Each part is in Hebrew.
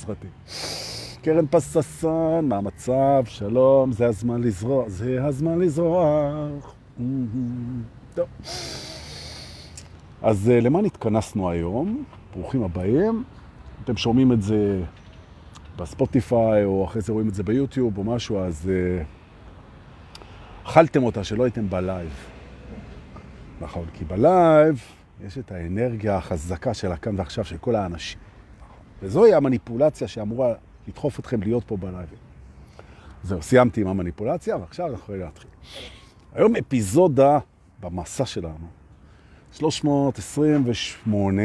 סרטים. קרן פססן, מה המצב? שלום, זה הזמן לזרוע, זה הזמן לזרוע. טוב. אז למה נתכנסנו היום? ברוכים הבאים. אתם שומעים את זה בספוטיפיי, או אחרי זה רואים את זה ביוטיוב או משהו, אז אכלתם אותה שלא הייתם בלייב. נכון, כי בלייב יש את האנרגיה החזקה של הכאן ועכשיו של כל האנשים. וזוהי המניפולציה שאמורה לדחוף אתכם להיות פה בלייב. זהו, סיימתי עם המניפולציה, ועכשיו אנחנו יכולים להתחיל. היום אפיזודה במסע שלנו, 328,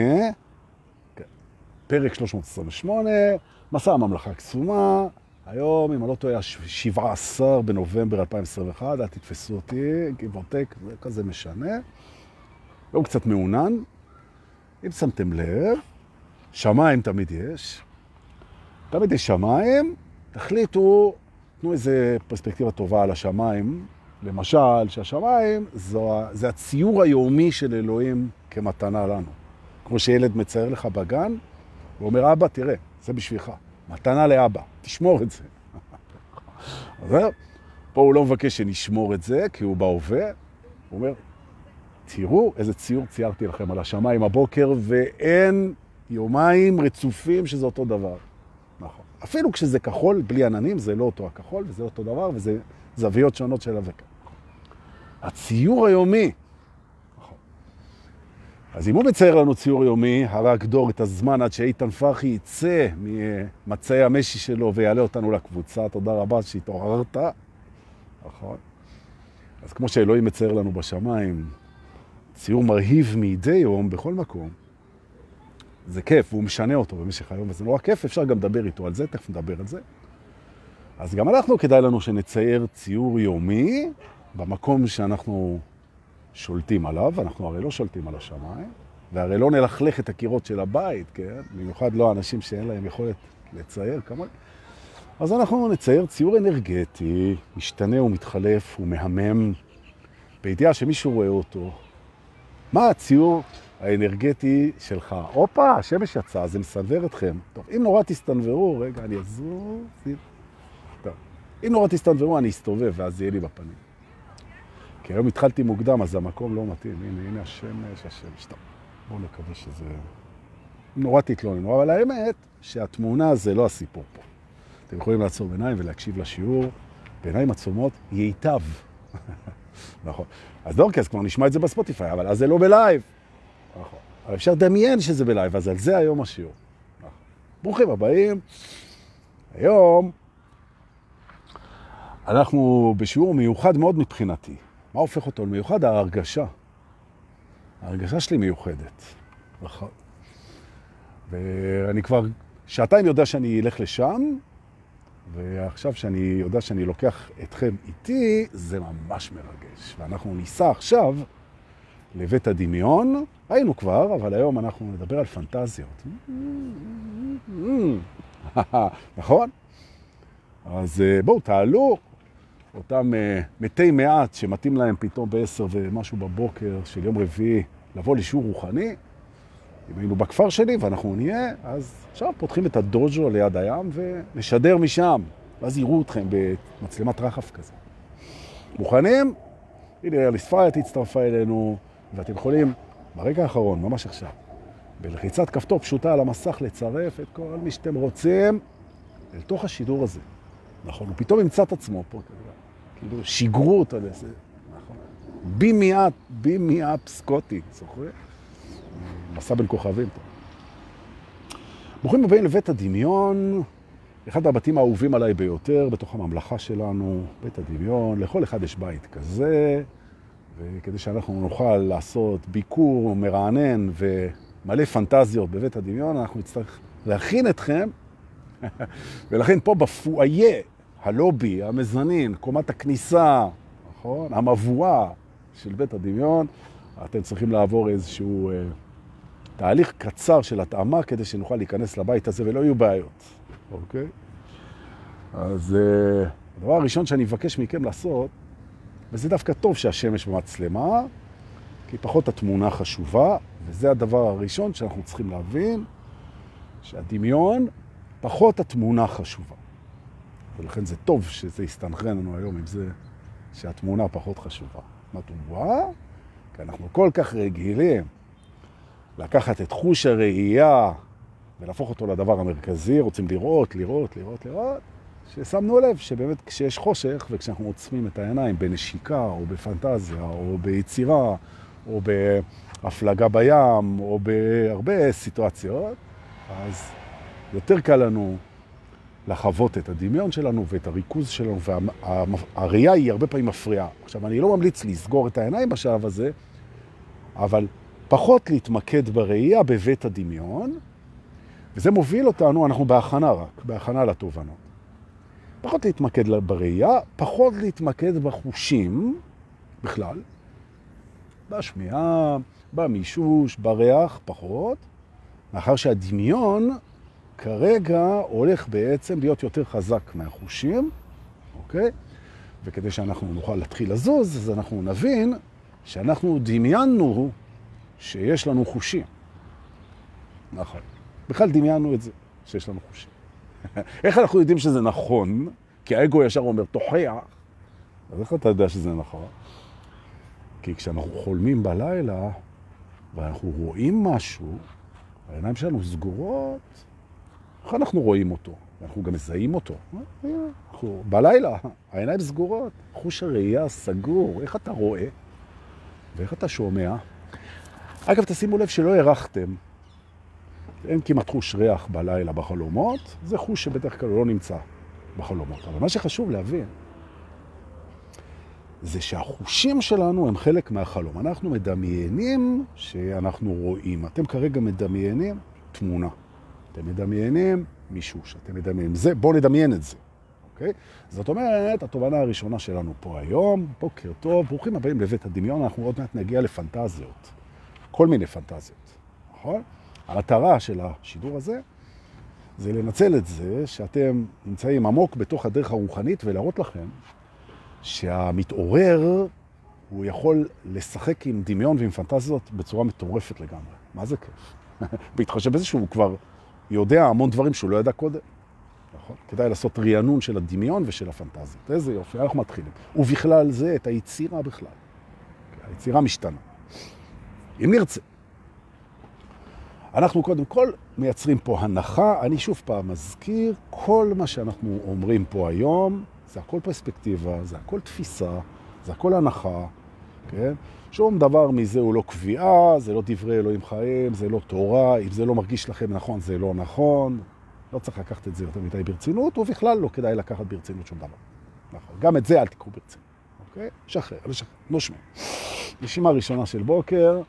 פרק 328, מסע הממלכה הקסומה, היום, אם אני לא טועה, 17 בנובמבר 2021, אל תתפסו אותי, גיבורטק, זה כזה משנה. והוא קצת מעונן. אם שמתם לב, שמיים תמיד יש. תמיד יש שמיים, תחליטו, תנו איזה פרספקטיבה טובה על השמיים. למשל, שהשמיים זה הציור היומי של אלוהים כמתנה לנו. כמו שילד מצייר לך בגן, הוא אומר, אבא, תראה, זה בשבילך. מתנה לאבא, תשמור את זה. פה הוא לא מבקש שנשמור את זה, כי הוא בהווה. הוא אומר, תראו איזה ציור ציירתי לכם על השמיים הבוקר, ואין יומיים רצופים שזה אותו דבר. נכון. אפילו כשזה כחול, בלי עננים, זה לא אותו הכחול, וזה אותו דבר, וזה זוויות שונות של אבקה. הציור היומי. נכון. אז אם הוא מצייר לנו ציור יומי, הרק דור את הזמן עד שאיתן פרחי יצא ממצאי המשי שלו ויעלה אותנו לקבוצה. תודה רבה שהתעוררת. נכון. אז כמו שאלוהים מצייר לנו בשמיים, ציור מרהיב מידי יום בכל מקום, זה כיף, והוא משנה אותו במשך היום, וזה נורא כיף, אפשר גם לדבר איתו על זה, תכף נדבר על זה. אז גם אנחנו כדאי לנו שנצייר ציור יומי, במקום שאנחנו שולטים עליו, אנחנו הרי לא שולטים על השמיים, והרי לא נלכלך את הקירות של הבית, כן? במיוחד לא אנשים שאין להם יכולת לצייר כמובן. אז אנחנו נצייר ציור אנרגטי, משתנה ומתחלף ומהמם, בידיעה שמישהו רואה אותו. מה הציור האנרגטי שלך? אופה, השמש יצא, זה מסנבר אתכם. טוב, אם נורא תסתנברו, רגע, אני אזור. טוב, אם נורא תסתנברו, אני אסתובב, ואז יהיה לי בפנים. כי היום התחלתי מוקדם, אז המקום לא מתאים. הנה השמש. טוב, בואו נקווה שזה נורא תתלוננו. אבל האמת שהתמונה זה לא הסיפור פה. אתם יכולים לעצור בעיניים ולהקשיב לשיעור. בעיניים עצומות ייטב. נכון. אז דורקי, אז כבר נשמע את זה בספוטיפיי, אבל אז זה לא בלייב. נכון. אבל אפשר לדמיין שזה בלייב, אז על זה היום השיעור. נכון. ברוכים הבאים. היום אנחנו בשיעור מיוחד מאוד מבחינתי. מה הופך אותו למיוחד? ההרגשה. ההרגשה שלי מיוחדת. נכון. ואני כבר שעתיים יודע שאני אלך לשם, ועכשיו שאני יודע שאני לוקח אתכם איתי, זה ממש מרגש. ואנחנו ניסע עכשיו לבית הדמיון. היינו כבר, אבל היום אנחנו נדבר על פנטזיות. נכון? אז בואו תעלו אותם מתי מעט שמתאים להם פתאום ב10 ומשהו בבוקר של יום רביעי לבוא לשיעור רוחני. אם היינו בכפר שלי ואנחנו נהיה, אז עכשיו פותחים את הדוז'ו ליד הים ונשדר משם. ואז יראו אתכם במצלמת רחף כזה. מוכנים? הנה, אליס פרייט הצטרפה אלינו, ואתם יכולים ברגע האחרון, ממש עכשיו, בלחיצת כפתור פשוטה על המסך לצרף את כל מי שאתם רוצים אל תוך השידור הזה. נכון, הוא פתאום ימצא את עצמו פה, כאילו שיגרו אותו לזה. נכון. בי אפ סקוטי, זוכרים? מסע בין כוכבים פה. ברוכים הבאים לבית הדמיון, אחד הבתים האהובים עליי ביותר, בתוך הממלכה שלנו, בית הדמיון. לכל אחד יש בית כזה, וכדי שאנחנו נוכל לעשות ביקור מרענן ומלא פנטזיות בבית הדמיון, אנחנו נצטרך להכין אתכם, ולכן פה בפואיה, הלובי, המזנין, קומת הכניסה, נכון? המבואה של בית הדמיון, אתם צריכים לעבור איזשהו תהליך קצר של התאמה כדי שנוכל להיכנס לבית הזה ולא יהיו בעיות. אוקיי? אז הדבר הראשון שאני מבקש מכם לעשות, וזה דווקא טוב שהשמש במצלמה, כי פחות התמונה חשובה, וזה הדבר הראשון שאנחנו צריכים להבין, שהדמיון פחות התמונה חשובה. ולכן זה טוב שזה יסתנכרן לנו היום עם זה שהתמונה פחות חשובה. מדוע? כי אנחנו כל כך רגילים לקחת את חוש הראייה ולהפוך אותו לדבר המרכזי, רוצים לראות, ששמנו לב שבאמת כשיש חושך וכשאנחנו עוצמים את העיניים בנשיקה או בפנטזיה או ביצירה או בהפלגה בים או בהרבה סיטואציות, אז יותר קל לנו לחוות את הדמיון שלנו ואת הריכוז שלנו, והראייה היא הרבה פעמים מפריעה. עכשיו, אני לא ממליץ לסגור את העיניים בשלב הזה, אבל פחות להתמקד בראייה בבית הדמיון, וזה מוביל אותנו, אנחנו בהכנה לתובנות. פחות להתמקד בראייה, פחות להתמקד בחושים בכלל, בשמיעה, במישוש, בריח, פחות, מאחר שהדמיון כרגע הולך בעצם להיות יותר חזק מהחושים, אוקיי? וכדי שאנחנו נוכל להתחיל לזוז, אז אנחנו נבין שאנחנו דמיינו שיש לנו חושים. נכון. בכלל דמיינו את זה, שיש לנו חושים. איך אנחנו יודעים שזה נכון? כי האגו ישר אומר, תוכיח. אז איך אתה יודע שזה נכון? כי כשאנחנו חולמים בלילה, ואנחנו רואים משהו, העיניים שלנו סגורות, איך אנחנו רואים אותו? אנחנו גם מזהים אותו. בלילה, העיניים סגורות, חוש הראייה סגור, איך אתה רואה? ואיך אתה שומע? אגב, תשימו לב שלא הרחתם. אין כמעט חוש ריח בלילה בחלומות, זה חוש שבדרך כלל לא נמצא בחלומות. אבל מה שחשוב להבין, זה שהחושים שלנו הם חלק מהחלום. אנחנו מדמיינים שאנחנו רואים. אתם כרגע מדמיינים תמונה. אתם מדמיינים מישוש. אתם מדמיינים זה. בואו נדמיין את זה. אוקיי? זאת אומרת, התובנה הראשונה שלנו פה היום, בוקר טוב, ברוכים הבאים לבית הדמיון, אנחנו עוד מעט נגיע לפנטזיות. כל מיני פנטזיות. נכון? המטרה של השידור הזה זה לנצל את זה שאתם נמצאים עמוק בתוך הדרך הרוחנית ולהראות לכם שהמתעורר הוא יכול לשחק עם דמיון ועם פנטזיות בצורה מטורפת לגמרי. מה זה כיף? בהתחשב בזה שהוא כבר יודע המון דברים שהוא לא ידע קודם. נכון? כדאי לעשות רענון של הדמיון ושל הפנטזיות. איזה יופי, אנחנו מתחילים. ובכלל זה את היצירה בכלל. היצירה משתנה. אם נרצה. אנחנו קודם כל מייצרים פה הנחה. אני שוב פעם מזכיר, כל מה שאנחנו אומרים פה היום, זה הכל פרספקטיבה, זה הכל תפיסה, זה הכל הנחה, כן? שום דבר מזה הוא לא קביעה, זה לא דברי אלוהים חיים, זה לא תורה, אם זה לא מרגיש לכם נכון, זה לא נכון. לא צריך לקחת את זה יותר מדי ברצינות, ובכלל לא כדאי לקחת ברצינות שום דבר. נכון. גם את זה אל תיקחו ברצינות, אוקיי? שחרר, נושמים. נשימה ראשונה של בוקר,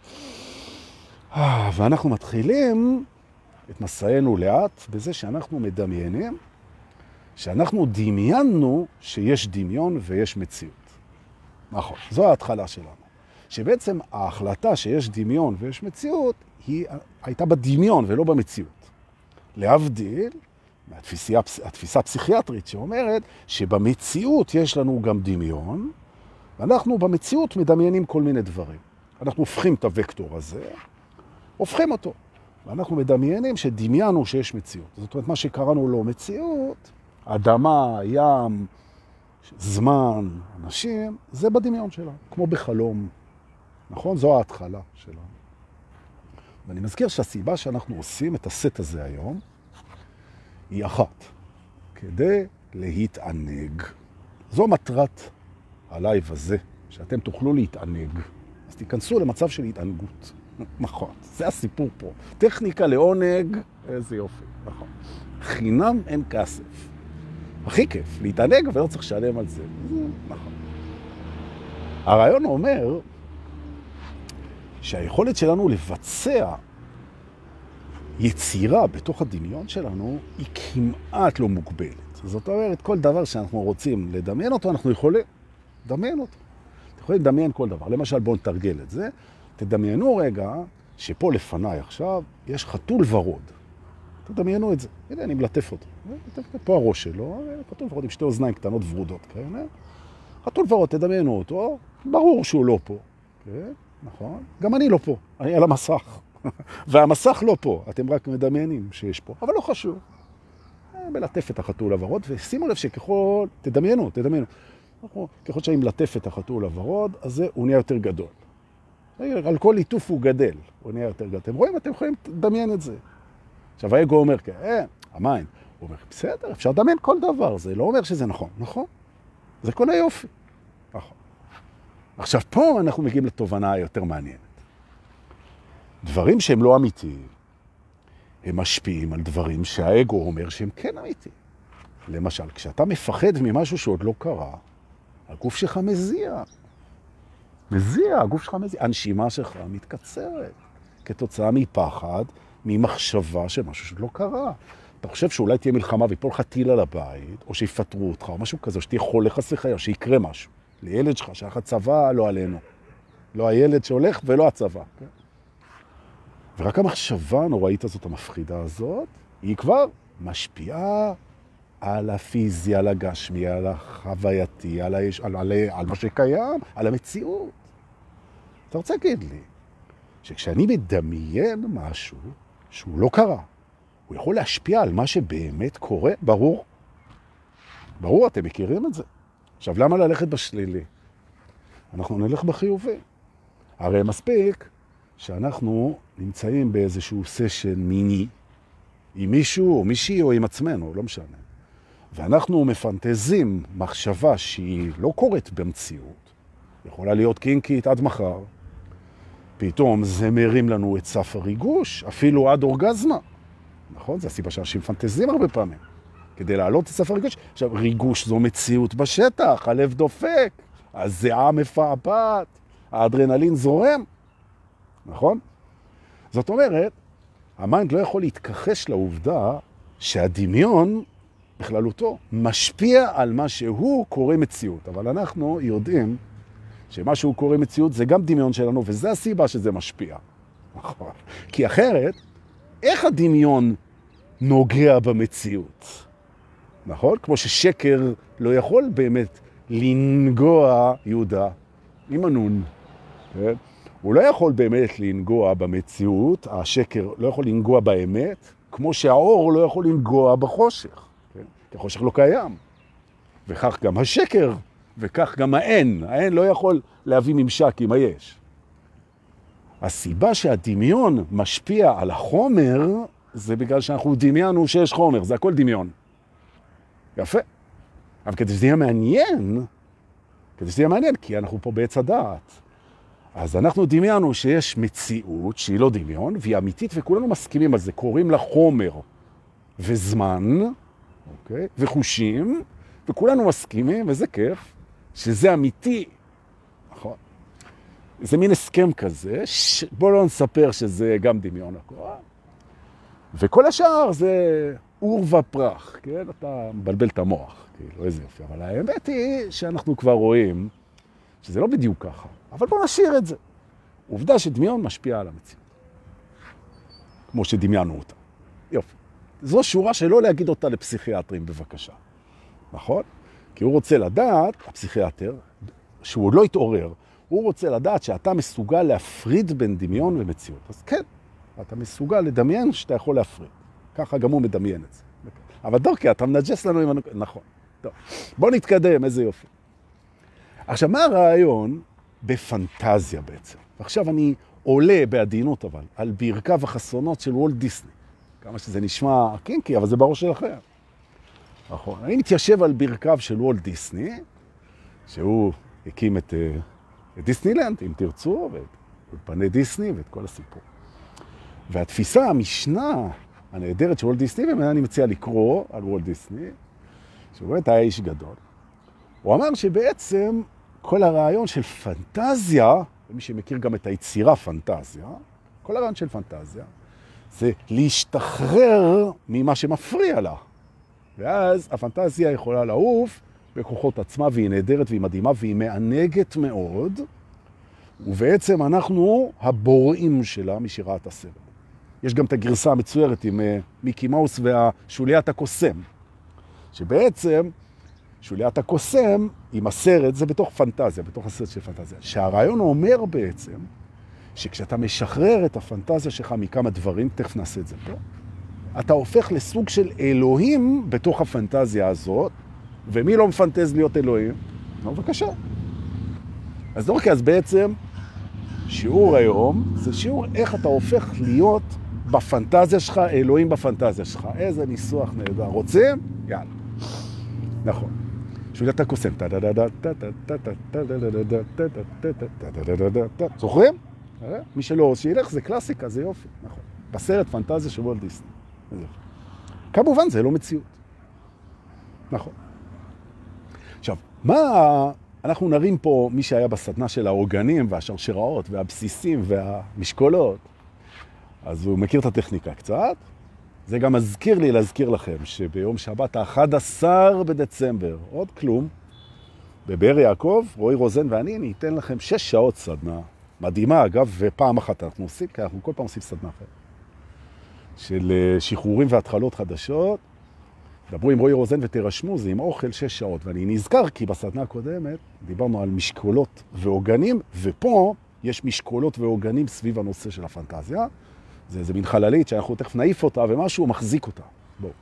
ואנחנו מתחילים את מסענו לאט בזה שאנחנו מדמיינים, שאנחנו דמיינו שיש דמיון ויש מציאות. נכון, זו ההתחלה שלנו. שבעצם ההחלטה שיש דמיון ויש מציאות, היא הייתה בדמיון ולא במציאות. להבדיל מהתפיסה הפסיכיאטרית שאומרת שבמציאות יש לנו גם דמיון, ואנחנו במציאות מדמיינים כל מיני דברים. אנחנו הופכים את הוקטור הזה, הופכים אותו. ואנחנו מדמיינים שדמיינו שיש מציאות. זאת אומרת, מה שקראנו לו מציאות, אדמה, ים, זמן, אנשים, זה בדמיון שלנו, כמו בחלום. נכון? זו ההתחלה שלנו. ואני מזכיר שהסיבה שאנחנו עושים את הסט הזה היום, היא אחת, כדי להתענג. זו מטרת הלייב הזה, שאתם תוכלו להתענג. אז תיכנסו למצב של התענגות. נכון, זה הסיפור פה. טכניקה לעונג, איזה יופי, נכון. חינם אין כסף. הכי כיף, להתענג ולא צריך לשלם על זה. נכון. הרעיון אומר שהיכולת שלנו לבצע יצירה בתוך הדמיון שלנו היא כמעט לא מוגבלת. זאת אומרת, כל דבר שאנחנו רוצים לדמיין אותו, אנחנו יכולים לדמיין אותו. אתם יכולים לדמיין כל דבר. למשל, בואו נתרגל את זה. תדמיינו רגע שפה לפניי עכשיו יש חתול ורוד. תדמיינו את זה. הנה, אני מלטף אותו. פה הראש שלו, חתול ורוד עם שתי אוזניים קטנות ורודות כאלה. חתול ורוד, תדמיינו אותו. ברור שהוא לא פה. כן? נכון? גם אני לא פה. אני על המסך. והמסך לא פה. אתם רק מדמיינים שיש פה. אבל לא חשוב. מלטף את החתול הוורוד, ושימו לב שככל, תדמיינו, ככל שאני מלטף את החתול הוורוד, אז הוא נהיה יותר גדול. על כל ליטוף הוא גדל, הוא נהיה יותר גדול. אתם רואים, אתם יכולים לדמיין את זה. עכשיו, האגו אומר, המיינד, הוא אומר, בסדר, אפשר לדמיין כל דבר, זה לא אומר שזה נכון, נכון? זה כל היופי. נכון. עכשיו, פה אנחנו מגיעים לתובנה היותר מעניינת. דברים שהם לא אמיתיים, הם משפיעים על דברים שהאגו אומר שהם כן אמיתיים. למשל, כשאתה מפחד ממשהו שעוד לא קרה, הגוף שלך מזיע. הגוף שלך מזיע. הנשימה שלך מתקצרת. כתוצאה מפחד, ממחשבה שמשהו שעוד לא קרה. אתה חושב שאולי תהיה מלחמה ויפול לך טיל על הבית, או שיפטרו אותך, או משהו כזה, או שתהיה חולה חס וחלילה, או שיקרה משהו. לילד שלך, שהיה לך צבא, לא עלינו. לא הילד שהולך ולא הצבא. כן? ורק המחשבה הנוראית הזאת, המפחידה הזאת, היא כבר משפיעה על הפיזי, על הגשמי, על החווייתי, על מה שקיים, על המציאות. אתה רוצה להגיד לי, שכשאני מדמיין משהו שהוא לא קרה, הוא יכול להשפיע על מה שבאמת קורה? ברור. ברור, אתם מכירים את זה. עכשיו, למה ללכת בשלילי? אנחנו נלך בחיובי. הרי מספיק שאנחנו נמצאים באיזשהו סשן מיני, עם מישהו או מישהי או עם עצמנו, לא משנה. ואנחנו מפנטזים מחשבה שהיא לא קורית במציאות, יכולה להיות קינקית עד מחר, פתאום זה מרים לנו את סף הריגוש, אפילו עד אורגזמה. נכון? זה הסיבה שאנשים פנטזים הרבה פעמים, כדי להעלות את סף הריגוש. עכשיו, ריגוש זו מציאות בשטח, הלב דופק, הזיעה מפעפעת, האדרנלין זורם. נכון? זאת אומרת, המיינד לא יכול להתכחש לעובדה שהדמיון בכללותו משפיע על מה שהוא קורא מציאות. אבל אנחנו יודעים שמה שהוא קורא מציאות זה גם דמיון שלנו, וזה הסיבה שזה משפיע. נכון? כי אחרת, איך הדמיון נוגע במציאות? נכון? כמו ששקר לא יכול באמת לנגוע יהודה עם הנון. כן? הוא לא יכול באמת לנגוע במציאות, השקר לא יכול לנגוע באמת, כמו שהאור לא יכול לנגוע בחושך. כן? כי החושך לא קיים. וכך גם השקר, וכך גם האין. האין לא יכול להביא ממשק עם היש. הסיבה שהדמיון משפיע על החומר, זה בגלל שאנחנו דמיינו שיש חומר, זה הכל דמיון. יפה. אבל כדי שזה יהיה מעניין, כי אנחנו פה בעץ הדעת. אז אנחנו דמיינו שיש מציאות שהיא לא דמיון, והיא אמיתית, וכולנו מסכימים על זה. קוראים לה חומר וזמן, אוקיי? וחושים, וכולנו מסכימים, וזה כיף, שזה אמיתי. נכון? זה מין הסכם כזה, בוא לא נספר שזה גם דמיון הכל. וכל השאר זה אור ופרח, כן? אתה מבלבל את המוח, כאילו, איזה יופי. אבל האמת היא שאנחנו כבר רואים שזה לא בדיוק ככה. אבל בואו נשאיר את זה. עובדה שדמיון משפיע על המציאות. כמו שדמיינו אותה. יופי. זו שורה שלא להגיד אותה לפסיכיאטרים, בבקשה. נכון? כי הוא רוצה לדעת, הפסיכיאטר, שהוא עוד לא יתעורר, הוא רוצה לדעת שאתה מסוגל להפריד בין דמיון ומציאות. אז כן, אתה מסוגל לדמיין שאתה יכול להפריד. ככה גם הוא מדמיין את זה. אבל דורקי, אתה מנג'ס לנו עם... נכון. טוב. בוא נתקדם, איזה יופי. עכשיו, מה הרעיון בפנטזיה בעצם? ועכשיו אני עולה בעדינות אבל, על ברכיו החסונות של וולט דיסני. כמה שזה נשמע קינקי, אבל זה בראש שלכם. נכון. אני מתיישב על ברכיו של וולט דיסני, שהוא הקים את דיסנילנד, אם תרצו, ואת אולפני דיסני ואת כל הסיפור. והתפיסה, המשנה הנהדרת של וולט דיסני, ואני מציע לקרוא על וולט דיסני, שהוא באמת היה איש גדול. הוא אמר שבעצם כל הרעיון של פנטזיה, ומי שמכיר גם את היצירה פנטזיה, כל הרעיון של פנטזיה, זה להשתחרר ממה שמפריע לה. ואז הפנטזיה יכולה לעוף בכוחות עצמה, והיא נהדרת והיא מדהימה והיא מענגת מאוד, ובעצם אנחנו הבוראים שלה משירת הסרט. יש גם את הגרסה המצוירת עם מיקי מאוס והשוליית הקוסם, שבעצם שוליית הקוסם עם הסרט זה בתוך פנטזיה, בתוך הסרט של פנטזיה. שהרעיון אומר בעצם שכשאתה משחרר את הפנטזיה שלך מכמה דברים, תכף נעשה את זה פה, אתה הופך לסוג של אלוהים בתוך הפנטזיה הזאת, ומי לא מפנטז להיות אלוהים? נו, בבקשה. אז אוקיי, אז בעצם שיעור היום זה שיעור איך אתה הופך להיות בפנטזיה שלך, אלוהים בפנטזיה שלך. איזה ניסוח נהדר. רוצים? יאללה. נכון. שולט הקוסם. זוכרים? מי שלא שילך זה קלאסיקה, זה יופי. נכון. בסרט פנטזיה של וולט דיסני. כמובן זה לא מציאות. נכון. עכשיו, מה אנחנו נרים פה מי שהיה בסדנה של העוגנים והשרשראות והבסיסים והמשקולות, אז הוא מכיר את הטכניקה קצת. זה גם מזכיר לי להזכיר לכם שביום שבת ה-11 בדצמבר, עוד כלום, בבאר יעקב, רועי רוזן ואני ניתן לכם 6 שעות סדנה. מדהימה אגב, ופעם אחת אנחנו עושים, כי אנחנו כל פעם עושים סדנה אחרת. של שחרורים והתחלות חדשות. דברו עם רועי רוזן ותרשמו, זה עם אוכל 6 שעות. ואני נזכר כי בסדנה הקודמת דיברנו על משקולות ועוגנים, ופה יש משקולות ועוגנים סביב הנושא של הפנטזיה. זה מין חללית שאנחנו תכף נעיף אותה ומשהו מחזיק אותה. בואו.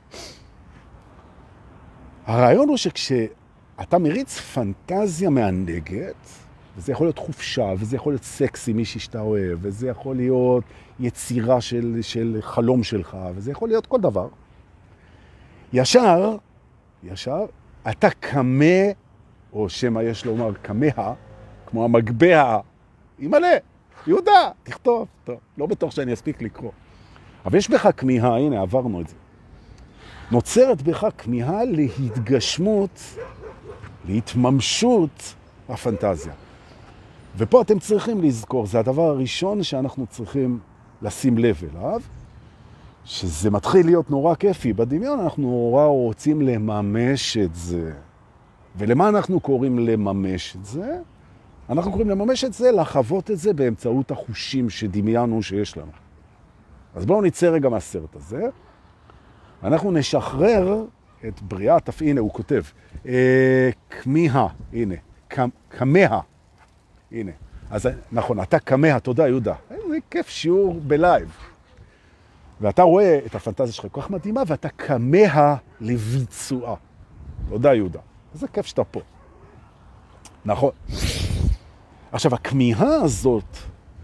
הרעיון הוא שכשאתה מריץ פנטזיה מהנגד, וזה יכול להיות חופשה, וזה יכול להיות סקסי מישהי שאתה אוהב, וזה יכול להיות יצירה של חלום שלך, וזה יכול להיות כל דבר. ישר, אתה קמה, או שמה יש לומר קמה, כמו המגבע, ימלא, יהודה, תכתוב, טוב, לא בטוח שאני אספיק לקרוא. אבל יש בך כמיהה, הנה עברנו את זה. נוצרת בך כמיהה להתגשמות, להתממשות הפנטזיה. ופה אתם צריכים לזכור, זה הדבר הראשון שאנחנו צריכים לשים לב אליו, שזה מתחיל להיות נורא כיפי. בדמיון אנחנו נורא רוצים לממש את זה. ולמה אנחנו קוראים לממש את זה? אנחנו קוראים לממש את זה, לחוות את זה באמצעות החושים שדמיינו שיש לנו. אז בואו נצא רגע מהסרט הזה. אנחנו נשחרר את בריאת, הנה הוא כותב, כמיהה, הנה, כמה, הנה. אז נכון, אתה כמה, תודה יהודה. זה כיף שיעור בלייב. ואתה רואה את הפנטזיה שלך כל כך מדהימה, ואתה כמה לביצועה. תודה יהודה. זה כיף שאתה פה. נכון. עכשיו, הכמיהה הזאת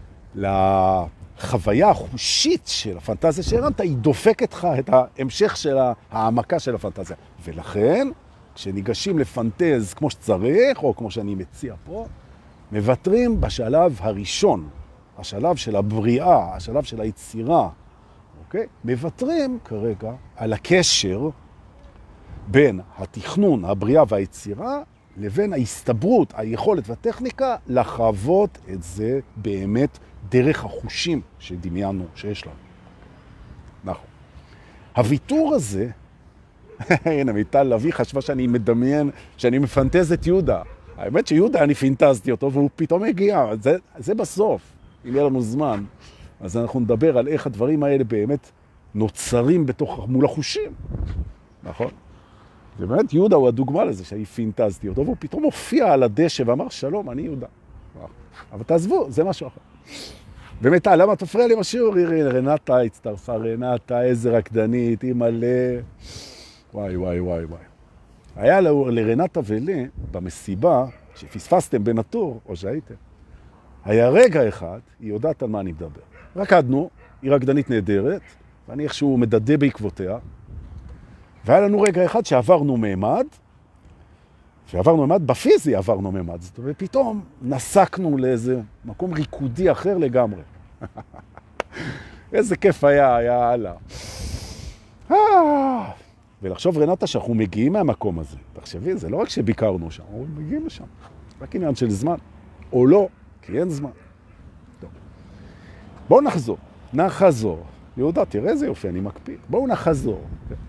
לחוויה החושית של הפנטזיה שהרמת, היא דופקת לך את ההמשך של העמקה של הפנטזיה. ולכן, כשניגשים לפנטז כמו שצריך, או כמו שאני מציע פה, מבטרים בשלב הראשון, השלב של הבריאה, השלב של היצירה, אוקיי? מבטרים כרגע על הקשר בין התכנון, הבריאה והיצירה, לבין ההסתברות, היכולת והטכניקה לחוות את זה באמת דרך החושים שדמיינו שיש לנו. נכון. הוויתור הזה, הנה, מיטל לוי חשבה שאני מדמיין, שאני מפנטז את יהודה. האמת שיהודה, אני פינטזתי אותו, והוא פתאום הגיע. זה בסוף, אם יהיה לנו זמן. אז אנחנו נדבר על איך הדברים האלה באמת נוצרים מול החושים. נכון? זה באמת, יהודה הוא הדוגמה לזה שאני פינטזתי אותו, והוא פתאום הופיע על הדשא ואמר, שלום, אני יהודה. אבל תעזבו, זה משהו אחר. באמת, למה תפריע לי משהו? רנטה הצטרפה, רנטה, איזה רקדנית, היא מלא. וואי, וואי, וואי, וואי. היה לרנטה ולי, במסיבה, שפספסתם בין הטור, או שהייתם, היה רגע אחד, היא יודעת על מה אני מדבר. רקדנו, היא רקדנית נהדרת, ואני איכשהו מדדה בעקבותיה, והיה לנו רגע אחד שעברנו ממד, בפיזי עברנו ממד, ופתאום נסקנו לאיזה מקום ריקודי אחר לגמרי. איזה כיף היה הלאה. ולחשוב רנטה שאנחנו מגיעים מהמקום הזה. תחשבי, זה לא רק שביקרנו שם, אנחנו מגיעים לשם. רק עניין של זמן, או לא, כי אין זמן. טוב. בואו נחזור. יהודה, תראה איזה יופי, אני מקפיד. בואו נחזור.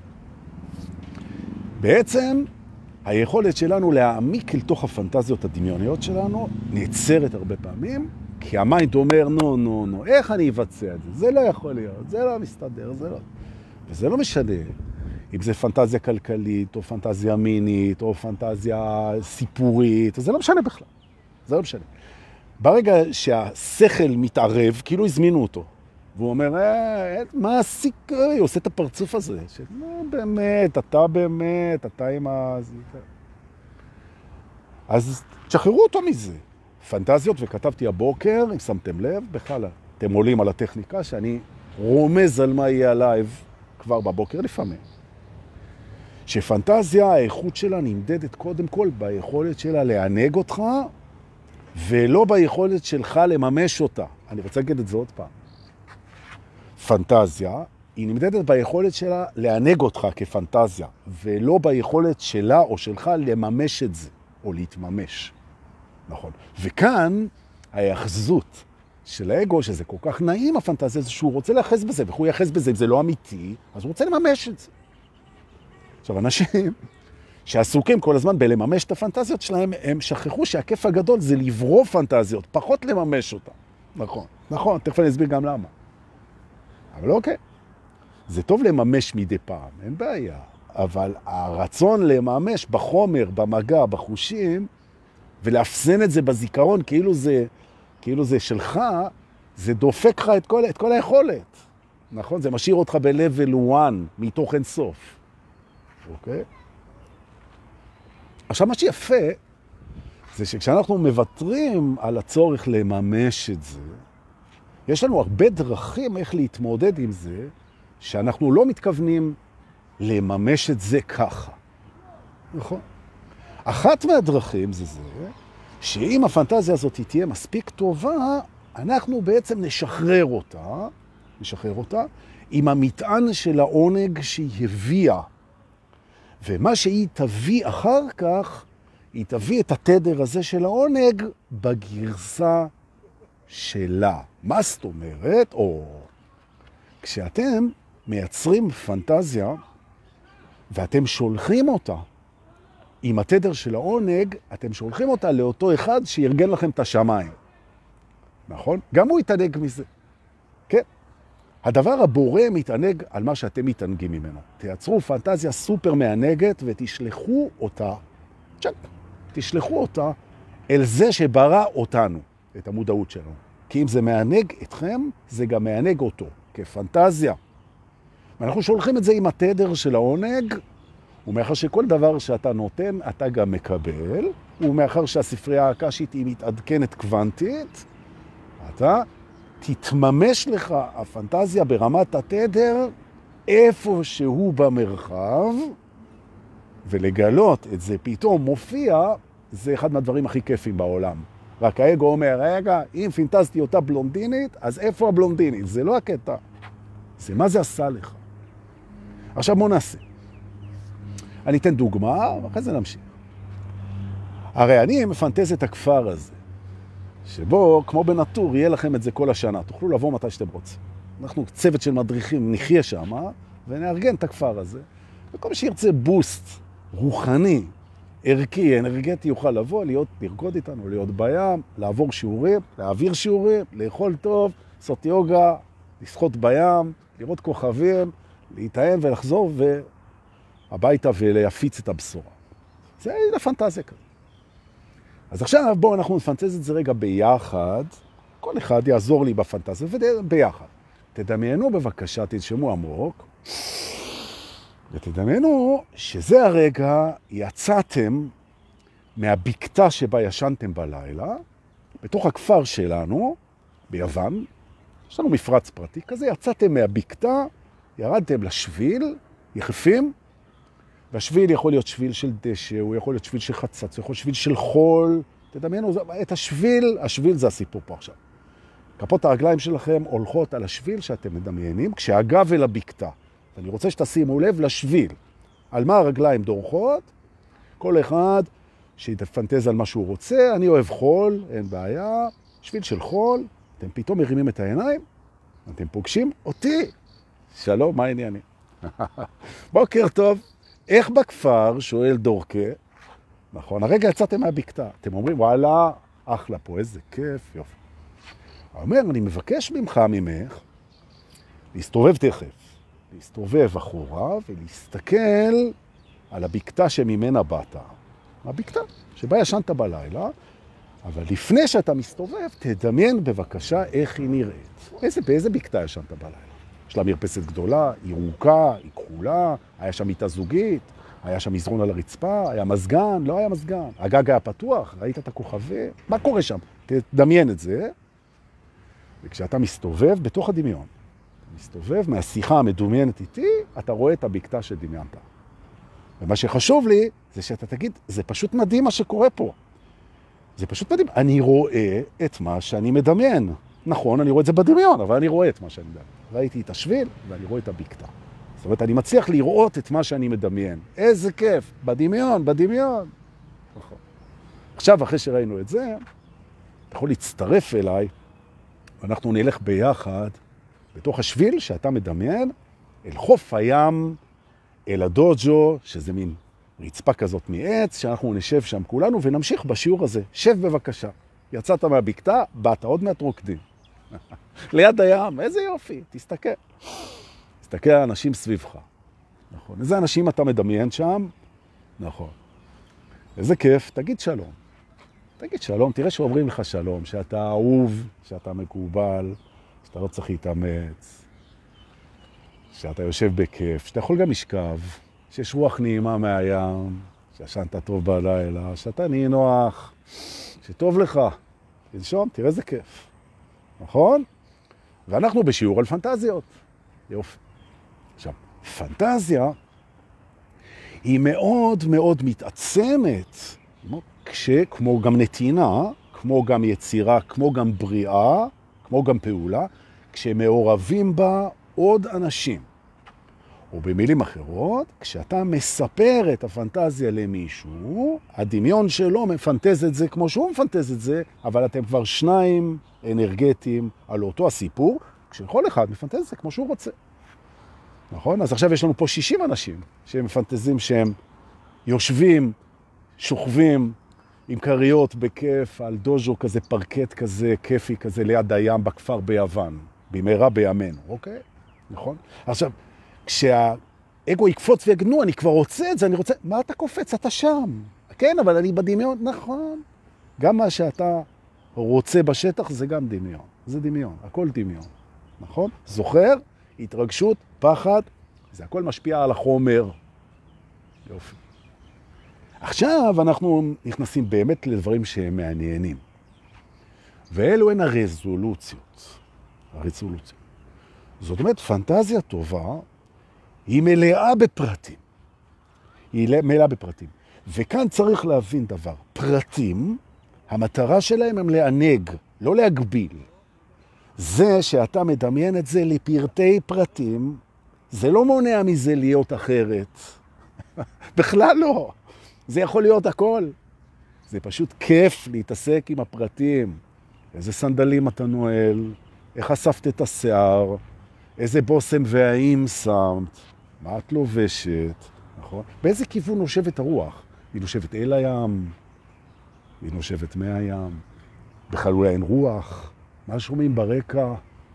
בעצם, היכולת שלנו להעמיק אל תוך הפנטזיות הדמיוניות שלנו נעצרת הרבה פעמים, כי המיינד אומר, נו, איך אני אבצע את זה? זה לא יכול להיות, זה לא מסתדר, זה לא. וזה לא משנה אם זה פנטזיה כלכלית, או פנטזיה מינית, או פנטזיה סיפורית, זה לא משנה בכלל. זה לא משנה. ברגע שהשכל מתערב, כאילו הזמינו אותו, והוא אומר, מה הסיכוי? הוא עושה את הפרצוף הזה. באמת, אתה עם ה... אז תשחררו אותו מזה. פנטזיות, וכתבתי הבוקר, אם שמתם לב, בכלל, אתם עולים על הטכניקה שאני רומז על מה יהיה הלייב כבר בבוקר לפעמים. שפנטזיה, האיכות שלה נמדדת קודם כל ביכולת שלה לענג אותך, ולא ביכולת שלך לממש אותה. אני רוצה להגיד את זה עוד פעם. פנטזיה היא נמדדת ביכולת שלה לענג אותך כפנטזיה, ולא ביכולת שלה או שלך לממש את זה, או להתממש. נכון. וכאן ההאחזות של האגו, שזה כל כך נעים הפנטזיה, זה שהוא רוצה להאחז בזה, והוא יאחז בזה, אם זה לא אמיתי, אז הוא רוצה לממש את זה. עכשיו, אנשים שעסוקים כל הזמן בלממש את הפנטזיות שלהם, הם שכחו שהכיף הגדול זה לברוא פנטזיות, פחות לממש אותה. נכון, נכון, תכף אני אסביר גם למה. אבל אוקיי, זה טוב לממש מדי פעם, אין בעיה. אבל הרצון לממש בחומר, במגע, בחושים, ולהפסן את זה בזיכרון כאילו זה שלך, זה דופק לך את כל היכולת. נכון? זה משאיר אותך ב-level 1 מתוך אין סוף. אוקיי? עכשיו, מה שיפה זה שכשאנחנו מוותרים על הצורך לממש את זה, יש לנו הרבה דרכים איך להתמודד עם זה, שאנחנו לא מתכוונים לממש את זה ככה. נכון? אחת מהדרכים זה שאם הפנטזיה הזאת תהיה מספיק טובה, אנחנו בעצם נשחרר אותה עם המטען של העונג שהיא הביאה. ומה שהיא תביא אחר כך, היא תביא את התדר הזה של העונג בגרסה שלה. מה זאת אומרת? או כשאתם מייצרים פנטזיה ואתם שולחים אותה עם התדר של העונג, אתם שולחים אותה לאותו אחד שירגן לכם את השמיים. נכון? גם הוא יתענג מזה. כן. הדבר הבורא מתענג על מה שאתם מתענגים ממנו. תייצרו פנטזיה סופר מענגת ותשלחו אותה, תשלחו אותה אל זה שברא אותנו, את המודעות שלנו. כי אם זה מענג אתכם, זה גם מענג אותו, כפנטזיה. ואנחנו שולחים את זה עם התדר של העונג, ומאחר שכל דבר שאתה נותן, אתה גם מקבל, ומאחר שהספרייה הקשית היא מתעדכנת קוונטית, אתה תתממש לך הפנטזיה ברמת התדר איפה שהוא במרחב, ולגלות את זה פתאום מופיע, זה אחד מהדברים הכי כיפים בעולם. רק האגו אומר, רגע, אם פנטזתי אותה בלונדינית, אז איפה הבלונדינית? זה לא הקטע. זה מה זה עשה לך. עכשיו בוא נעשה. אני אתן דוגמה, ואחרי זה נמשיך. הרי אני מפנטז את הכפר הזה, שבו, כמו בנטור, יהיה לכם את זה כל השנה. תוכלו לבוא מתי שאתם רוצים. אנחנו צוות של מדריכים נחיה שם, ונארגן את הכפר הזה. וכל מי שירצה בוסט רוחני, ערכי, אנרגטי, יוכל לבוא, לרקוד איתנו, להיות בים, לעבור שיעורים, להעביר שיעורים, לאכול טוב, לעשות יוגה, לשחות בים, לראות כוכבים, להתאם ולחזור הביתה ולהפיץ את הבשורה. זה לפנטזיה כזה. אז עכשיו בואו אנחנו נפנטז את זה רגע ביחד, כל אחד יעזור לי בפנטזיה וביחד. תדמיינו בבקשה, תנשמו עמוק, ותדמיינו שזה הרגע יצאתם מהבקתה שבה ישנתם בלילה, בתוך הכפר שלנו, ביוון, יש לנו מפרץ פרטי כזה, יצאתם מהבקתה, ירדתם לשביל, יחפים, והשביל יכול להיות שביל של דשא, הוא יכול להיות שביל של חצץ, הוא יכול להיות שביל של חול. תדמיינו, את השביל זה הסיפור פה עכשיו. כפות הרגליים שלכם הולכות על השביל שאתם מדמיינים, כשהגב אל הבקתה. ואני רוצה שתשימו לב לשביל. על מה הרגליים דורכות? כל אחד שיתפנטז על מה שהוא רוצה, אני אוהב חול, אין בעיה, שביל של חול, אתם פתאום מרימים את העיניים, אתם פוגשים אותי. שלום, מה העניינים? בוקר טוב. איך בכפר, שואל דורקה, נכון, הרגע יצאתם מהבקתה, אתם אומרים, וואלה, אחלה פה, איזה כיף, יופי. הוא אומר, אני מבקש ממך, להסתובב תכף, להסתובב אחורה ולהסתכל על הבקתה שממנה באת. הבקתה שבה ישנת בלילה, אבל לפני שאתה מסתובב, תדמיין בבקשה איך היא נראית. באיזה בקתה ישנת בלילה? יש לה מרפסת גדולה, היא ירוקה, היא כחולה, היה שם מיטה זוגית, היה שם מזרון על הרצפה, היה מזגן, לא היה מזגן. הגג היה פתוח, ראית את הכוכבים, מה קורה שם? תדמיין את זה, וכשאתה מסתובב בתוך הדמיון, מסתובב מהשיחה המדומיינת איתי, אתה רואה את הבקתה שדמיינת. ומה שחשוב לי, זה שאתה תגיד, זה פשוט מדהים מה שקורה פה. זה פשוט מדהים. אני רואה את מה שאני מדמיין. נכון, אני רואה את זה בדמיון, אבל אני רואה את מה שאני מדמיין. ראיתי את השביל, ואני רואה את הבקתה. זאת אומרת, אני מצליח לראות את מה שאני מדמיין. איזה כיף, בדמיון, בדמיון. נכון. עכשיו, אחרי שראינו את זה, אתה יכול להצטרף אליי, ואנחנו נלך ביחד, בתוך השביל שאתה מדמיין, אל חוף הים, אל הדוג'ו, שזה מין רצפה כזאת מעץ, שאנחנו נשב שם כולנו ונמשיך בשיעור הזה. שב בבקשה. יצאת מהבקתה, באת עוד מעט רוקדים. ליד הים, איזה יופי, תסתכל. תסתכל על האנשים סביבך. נכון. איזה אנשים אתה מדמיין שם? נכון. איזה כיף, תגיד שלום. תגיד שלום, תראה שאומרים לך שלום, שאתה אהוב, שאתה מקובל, שאתה לא צריך להתאמץ, שאתה יושב בכיף, שאתה יכול גם לשכב, שיש רוח נעימה מהים, שישנת טוב בלילה, שאתה נינוח, שטוב לך. תנשום, תראה איזה כיף. נכון? ואנחנו בשיעור על פנטזיות. יופי. עכשיו, פנטזיה היא מאוד מאוד מתעצמת, כמו גם נתינה, כמו גם יצירה, כמו גם בריאה, כמו גם פעולה, כשמעורבים בה עוד אנשים. או במילים אחרות, כשאתה מספר את הפנטזיה למישהו, הדמיון שלו מפנטז את זה כמו שהוא מפנטז את זה, אבל אתם כבר שניים אנרגטיים על אותו הסיפור, כשכל אחד מפנטז את זה כמו שהוא רוצה. נכון? אז עכשיו יש לנו פה 60 אנשים שהם מפנטזים שהם יושבים, שוכבים עם קריות בכיף על דוז'ו כזה, פרקט כזה, כיפי כזה ליד הים בכפר ביוון, במהרה בימינו, אוקיי? נכון? עכשיו, כשהאגו יקפוץ ויגנו, אני כבר רוצה את זה, אני רוצה... מה אתה קופץ? אתה שם. כן, אבל אני בדמיון. נכון. גם מה שאתה רוצה בשטח זה גם דמיון. זה דמיון. הכל דמיון. נכון? זוכר? התרגשות, פחד, זה הכל משפיע על החומר. יופי. עכשיו אנחנו נכנסים באמת לדברים שהם מעניינים. ואלו הן הרזולוציות. הרזולוציות. זאת אומרת, פנטזיה טובה היא מלאה בפרטים. היא מלאה בפרטים. וכאן צריך להבין דבר. פרטים, המטרה שלהם הם לענג, לא להגביל. זה שאתה מדמיין את זה לפרטי פרטים, זה לא מונע מזה להיות אחרת. בכלל לא. זה יכול להיות הכל. זה פשוט כיף להתעסק עם הפרטים. איזה סנדלים אתה נועל, איך אספת את השיער, איזה בוסם והאם שמת, מה את לובשת, נכון? באיזה כיוון נושבת הרוח? היא נושבת אל הים, היא נושבת מהים, בכלל אולי אין רוח, מה שומעים ברקע?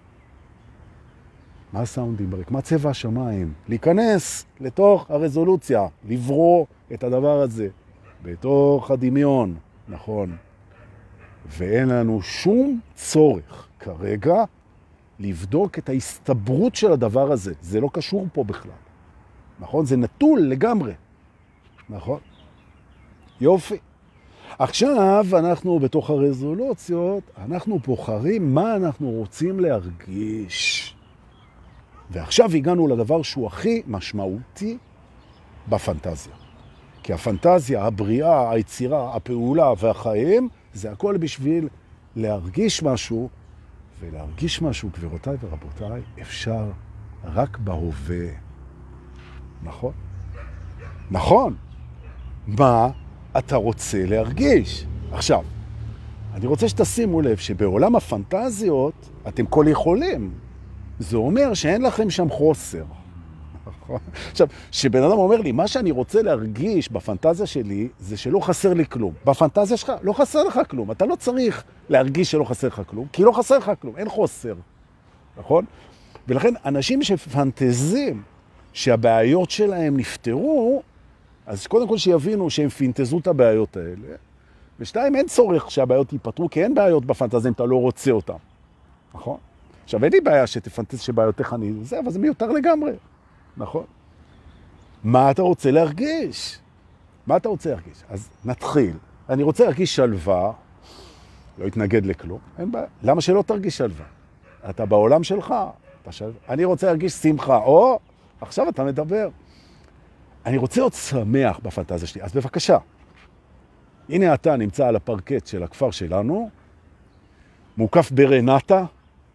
מה הסאונדים ברקע? מה צבע השמיים? להיכנס לתוך הרזולוציה, לברוא את הדבר הזה, בתוך הדמיון, נכון? ואין לנו שום צורך כרגע לבדוק את ההסתברות של הדבר הזה. זה לא קשור פה בכלל. נכון? זה נטול לגמרי. נכון? יופי. עכשיו אנחנו בתוך הרזולוציות, אנחנו בוחרים מה אנחנו רוצים להרגיש. ועכשיו הגענו לדבר שהוא הכי משמעותי בפנטזיה. כי הפנטזיה, הבריאה, היצירה, הפעולה והחיים, זה הכל בשביל להרגיש משהו, ולהרגיש משהו, גבירותיי ורבותיי, אפשר רק בהווה. נכון? נכון. מה אתה רוצה להרגיש? עכשיו, אני רוצה שתשימו לב שבעולם הפנטזיות אתם כל יכולים. זה אומר שאין לכם שם חוסר. עכשיו, שבן אדם אומר לי, מה שאני רוצה להרגיש בפנטזיה שלי, זה שלא חסר לי כלום. בפנטזיה שלך לא חסר לך כלום. אתה לא צריך להרגיש שלא חסר לך כלום, כי לא חסר לך כלום, אין חוסר. נכון? ולכן, אנשים שפנטזים שהבעיות שלהם נפתרו, אז קודם כל שיבינו שהם פינטזו את הבעיות האלה, ושתיים, אין צורך שהבעיות ייפתרו, כי אין בעיות בפנטזיה אם אתה לא רוצה אותן. נכון? עכשיו, אין לי בעיה שתפנטז שבעיותיך אני זה, אבל זה מיותר לגמרי. נכון? מה אתה רוצה להרגיש? מה אתה רוצה להרגיש? אז נתחיל. אני רוצה להרגיש שלווה, לא יתנגד לכלום, אין בעיה. למה שלא תרגיש שלווה? אתה בעולם שלך, אתה שלווה. אני רוצה להרגיש שמחה, או, עכשיו אתה מדבר. אני רוצה להיות שמח בפנטזיה שלי, אז בבקשה. הנה אתה נמצא על הפרקט של הכפר שלנו, מוקף ברנטה,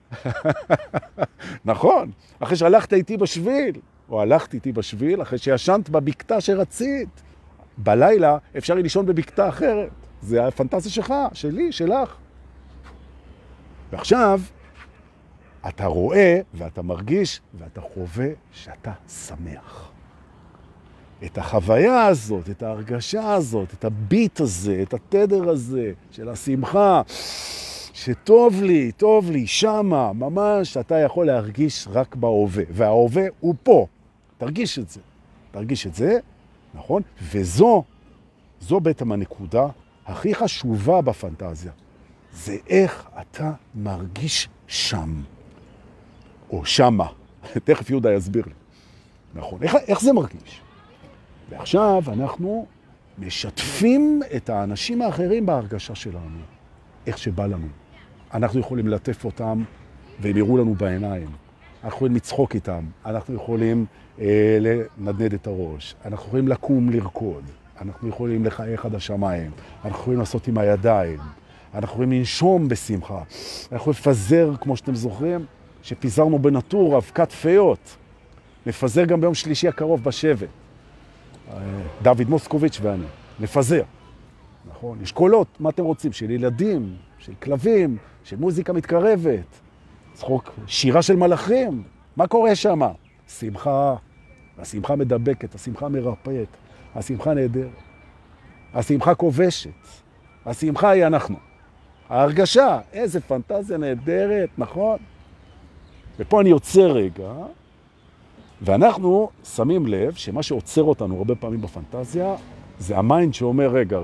נכון, אחרי שהלכת איתי בשביל, או הלכת איתי בשביל, אחרי שישנת בבקתה שרצית. בלילה אפשר לישון בבקתה אחרת. זה הפנטזיה שלך, שלי, שלך. ועכשיו, אתה רואה ואתה מרגיש ואתה חווה שאתה שמח. את החוויה הזאת, את ההרגשה הזאת, את הביט הזה, את התדר הזה של השמחה, שטוב לי, שמה, ממש אתה יכול להרגיש רק בהווה. וההווה הוא פה. תרגיש את זה. תרגיש את זה, נכון? וזו בעצם הנקודה הכי חשובה בפנטזיה. זה איך אתה מרגיש שם. או שמה. תכף יהודה יסביר לי. נכון. איך זה מרגיש? ועכשיו אנחנו משתפים את האנשים האחרים בהרגשה שלנו. איך שבא לנו. אנחנו יכולים לטף אותם והם יראו לנו בעיניים. אנחנו יכולים לצחוק איתם. אנחנו יכולים לנדנד את הראש. אנחנו יכולים לקום לרקוד. אנחנו יכולים לחייך עד השמיים. אנחנו יכולים לעשות עם הידיים. אנחנו יכולים לנשום בשמחה. אנחנו יכולים לפזר, כמו שאתם זוכרים, שפיזרנו בנטור אבקת פיות. נפזר גם ביום שלישי הקרוב בשבט. דוד מוסקוביץ' ואני. נפזר. נכון? יש קולות, מה אתם רוצים? של ילדים, של כלבים, של מוזיקה מתקרבת. צחוק, שירה של מלאכים. מה קורה שם? שמחה. השמחה מדבקת, השמחה מרפאת, השמחה נהדרת. השמחה כובשת. השמחה היא אנחנו. ההרגשה, איזה פנטזיה נהדרת, נכון? ופה אני יוצא רגע, ואנחנו שמים לב שמה שעוצר אותנו הרבה פעמים בפנטזיה, זה המיינד שאומר, רגע.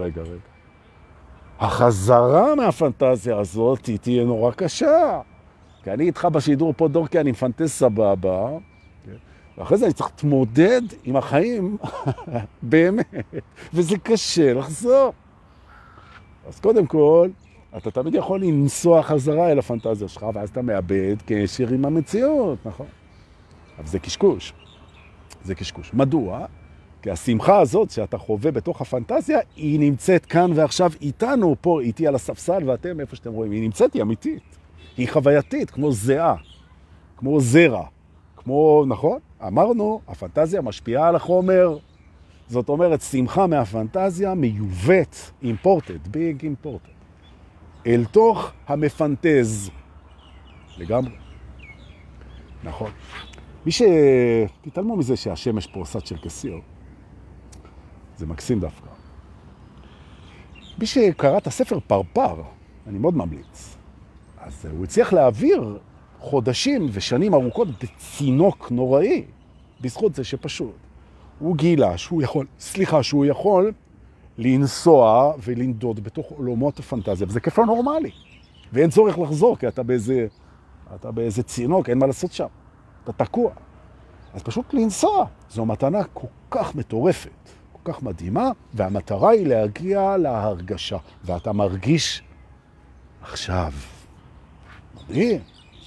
החזרה מהפנטזיה הזאת היא תהיה נורא קשה. כי אני איתך בשידור פה דורקי, אני מפנטז סבבה, ואחרי זה אני צריך להתמודד עם החיים, באמת, וזה קשה לחזור. אז קודם כל, אתה תמיד יכול לנסוע חזרה אל הפנטזיה שלך, ואז אתה מאבד קשר עם המציאות, נכון? אבל זה קשקוש. זה קשקוש. מדוע? כי השמחה הזאת שאתה חווה בתוך הפנטזיה, היא נמצאת כאן ועכשיו איתנו, פה איתי על הספסל, ואתם איפה שאתם רואים, היא נמצאת, היא אמיתית. היא חווייתית, כמו זהה, כמו זרע, כמו, נכון? אמרנו, הפנטזיה משפיעה על החומר, זאת אומרת, שמחה מהפנטזיה מיובאת, imported, big imported, אל תוך המפנטז. לגמרי. נכון. תתעלמו מזה שהשמש פה עושה צ'רקסיות. זה מקסים דווקא. מי שקרא את הספר פרפר, אני מאוד ממליץ. אז הוא הצליח להעביר חודשים ושנים ארוכות בצינוק נוראי, בזכות זה שפשוט. הוא גילה שהוא יכול לנסוע ולנדוד בתוך עולמות הפנטזיה, וזה כיף לא נורמלי. ואין צורך לחזור, כי אתה באיזה צינוק, אין מה לעשות שם. אתה תקוע. אז פשוט לנסוע. זו מתנה כל כך מטורפת, כל כך מדהימה, והמטרה היא להגיע להרגשה. ואתה מרגיש עכשיו. מדהים.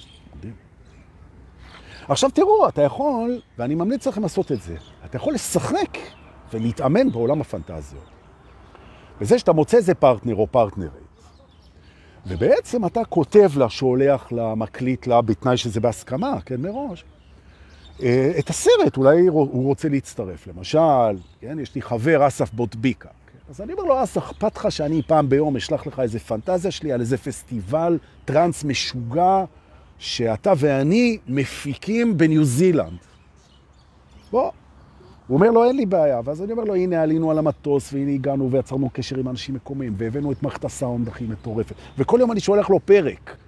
עכשיו תראו, אתה יכול, ואני ממליץ לכם לעשות את זה, אתה יכול לשחק ולהתאמן בעולם הפנטזיות. וזה שאתה מוצא איזה פרטנר או פרטנרית. ובעצם אתה כותב לה, שולח לה, מקליט לה, בתנאי שזה בהסכמה, כן, מראש. את הסרט, אולי הוא רוצה להצטרף. למשל, כן, יש לי חבר אסף בוטביקה. כן? אז אני אומר לו, אסף, אכפת לך שאני פעם ביום אשלח לך איזה פנטזיה שלי על איזה פסטיבל טרנס משוגע, שאתה ואני מפיקים בניו זילנד. בוא. הוא אומר לו, אין לי בעיה. ואז אני אומר לו, הנה עלינו על המטוס, והנה הגענו ויצרנו קשר עם אנשים מקומיים, והבאנו את מערכת הסאונד הכי מטורפת. וכל יום אני שולח לו פרק.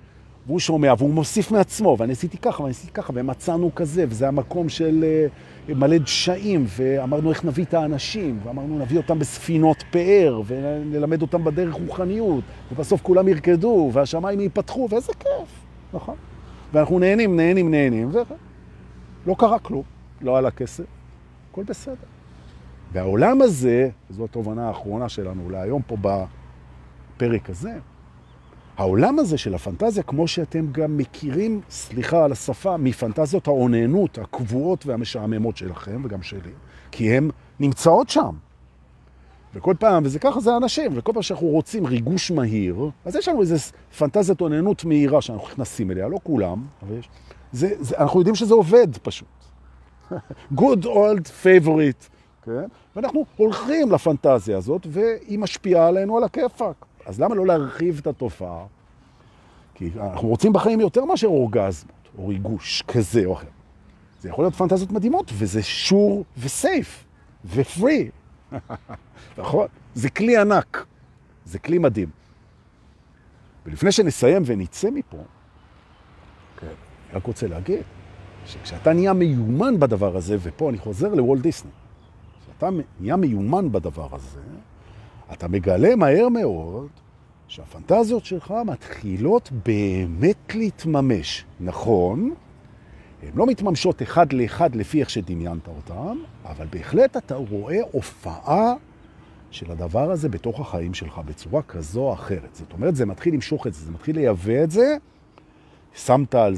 והוא שומע, והוא מוסיף מעצמו, ואני עשיתי ככה, ואני עשיתי ככה, ומצאנו כזה, וזה המקום של מלא דשאים, ואמרנו איך נביא את האנשים, ואמרנו נביא אותם בספינות פאר, ונלמד אותם בדרך רוחניות, ובסוף כולם ירקדו, והשמיים ייפתחו, ואיזה כיף, נכון? ואנחנו נהנים, ולא קרה כלום, לא עלה כסף, הכל בסדר. והעולם הזה, זו התובנה האחרונה שלנו להיום פה בפרק הזה, העולם הזה של הפנטזיה, כמו שאתם גם מכירים, סליחה על השפה, מפנטזיות העוננות הקבועות והמשעממות שלכם וגם שלי, כי הן נמצאות שם. וכל פעם, וזה ככה זה אנשים, וכל פעם שאנחנו רוצים ריגוש מהיר, אז יש לנו איזו פנטזיית עוננות מהירה שאנחנו נכנסים אליה, לא כולם, אבל יש. אנחנו יודעים שזה עובד פשוט. Good old favorite. כן? ואנחנו הולכים לפנטזיה הזאת, והיא משפיעה עלינו על הכיפק. אז למה לא להרחיב את התופעה? כי אנחנו רוצים בחיים יותר מאשר אורגזמות, או ריגוש כזה או אחר. זה יכול להיות פנטזיות מדהימות, וזה שור וסייף, ופרי. נכון? זה כלי ענק. זה כלי מדהים. ולפני שנסיים ונצא מפה, כן, אני רק רוצה להגיד, שכשאתה נהיה מיומן בדבר הזה, ופה אני חוזר לוולט דיסני, כשאתה נהיה מיומן בדבר הזה, אתה מגלה מהר מאוד שהפנטזיות שלך מתחילות באמת להתממש. נכון, הן לא מתממשות אחד לאחד לפי איך שדמיינת אותן, אבל בהחלט אתה רואה הופעה של הדבר הזה בתוך החיים שלך בצורה כזו או אחרת. זאת אומרת, זה מתחיל למשוך את זה, זה מתחיל לייבא את זה, שמת על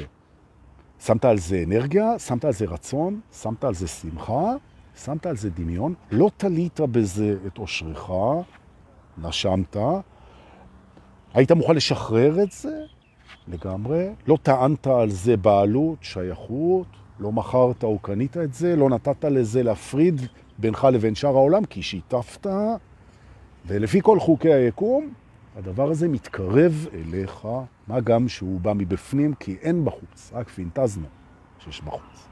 זה אנרגיה, שמת על זה רצון, שמת על זה שמחה, שמת על זה דמיון, לא תלית בזה את אושרך, נשמת, היית מוכן לשחרר את זה לגמרי, לא טענת על זה בעלות, שייכות, לא מכרת או קנית את זה, לא נתת לזה להפריד בינך לבין שאר העולם, כי שיתפת, ולפי כל חוקי היקום, הדבר הזה מתקרב אליך, מה גם שהוא בא מבפנים, כי אין בחוץ, רק פינטזנו שיש בחוץ.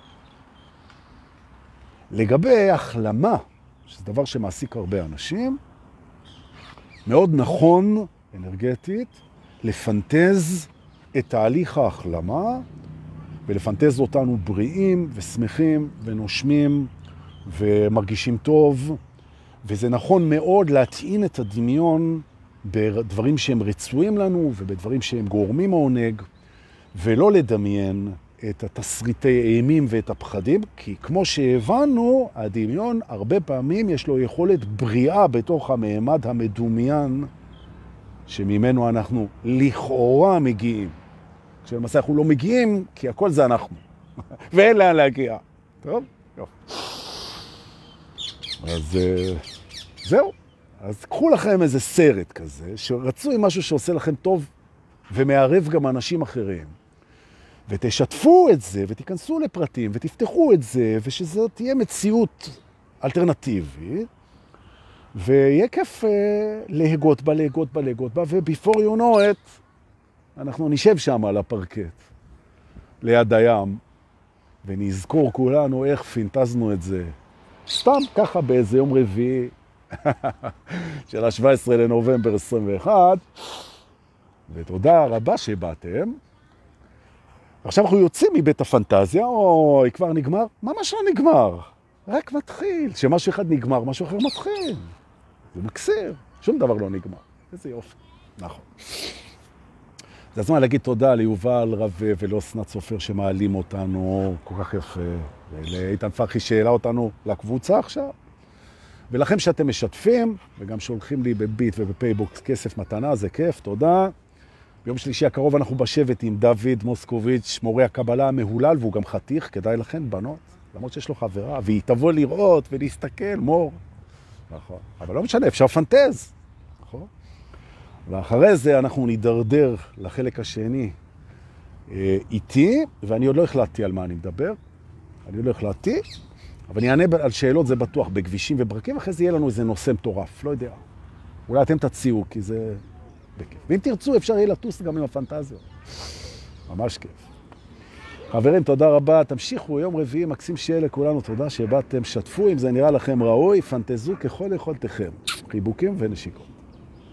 לגבי החלמה, שזה דבר שמעסיק הרבה אנשים, מאוד נכון, אנרגטית, לפנטז את תהליך ההחלמה, ולפנטז אותנו בריאים ושמחים ונושמים ומרגישים טוב, וזה נכון מאוד להטעין את הדמיון בדברים שהם רצויים לנו ובדברים שהם גורמים העונג, ולא לדמיין את התסריטי אימים ואת הפחדים, כי כמו שהבנו, הדמיון הרבה פעמים יש לו יכולת בריאה בתוך המעמד המדומיין שממנו אנחנו לכאורה מגיעים. כשלמעשה אנחנו לא מגיעים, כי הכל זה אנחנו. ואין לאן להגיע. טוב? יופי. אז זהו. אז קחו לכם איזה סרט כזה, שרצו עם משהו שעושה לכם טוב, ומערב גם אנשים אחרים. ותשתפו את זה, ותיכנסו לפרטים, ותפתחו את זה, ושזו תהיה מציאות אלטרנטיבית, ויהיה כיף להגות בה, ו-before you know it, אנחנו נשב שם על הפרקט, ליד הים, ונזכור כולנו איך פינטזנו את זה. סתם ככה באיזה יום רביעי, של ה-17 לנובמבר 21, ותודה רבה שבאתם. עכשיו אנחנו יוצאים מבית הפנטזיה, אוי, כבר נגמר? ממש לא נגמר, רק מתחיל. שמשהו אחד נגמר, משהו אחר מתחיל. זה מקסיר, שום דבר לא נגמר. איזה יופי. נכון. זה הזמן להגיד תודה ליובל רווה ולאסנת סופר שמעלים אותנו כל כך יפה, ולאיתן פרחי שאלה אותנו לקבוצה עכשיו, ולכם שאתם משתפים, וגם שולחים לי בביט ובפייבוקס כסף מתנה, זה כיף, תודה. ביום שלישי הקרוב אנחנו בשבט עם דוד מוסקוביץ', מורה הקבלה המהולל, והוא גם חתיך, כדאי לכן, בנות, למרות שיש לו חברה, והיא תבוא לראות ולהסתכל, מור. נכון. אבל לא משנה, אפשר פנטז. נכון? ואחרי זה אנחנו נדרדר לחלק השני איתי, ואני עוד לא החלטתי על מה אני מדבר. אני עוד לא החלטתי, אבל אני אענה על שאלות, זה בטוח, בכבישים וברקים, אחרי זה יהיה לנו איזה נושא מטורף, לא יודע. אולי אתם תציעו, כי זה בכיף. ואם תרצו, אפשר יהיה לטוס גם עם הפנטזיות. ממש כיף. חברים, תודה רבה. תמשיכו, יום רביעי, מקסים שיהיה לכולנו. תודה שבאתם, שתפו אם זה נראה לכם ראוי, פנטזו ככל יכולתכם. חיבוקים ונשיקות.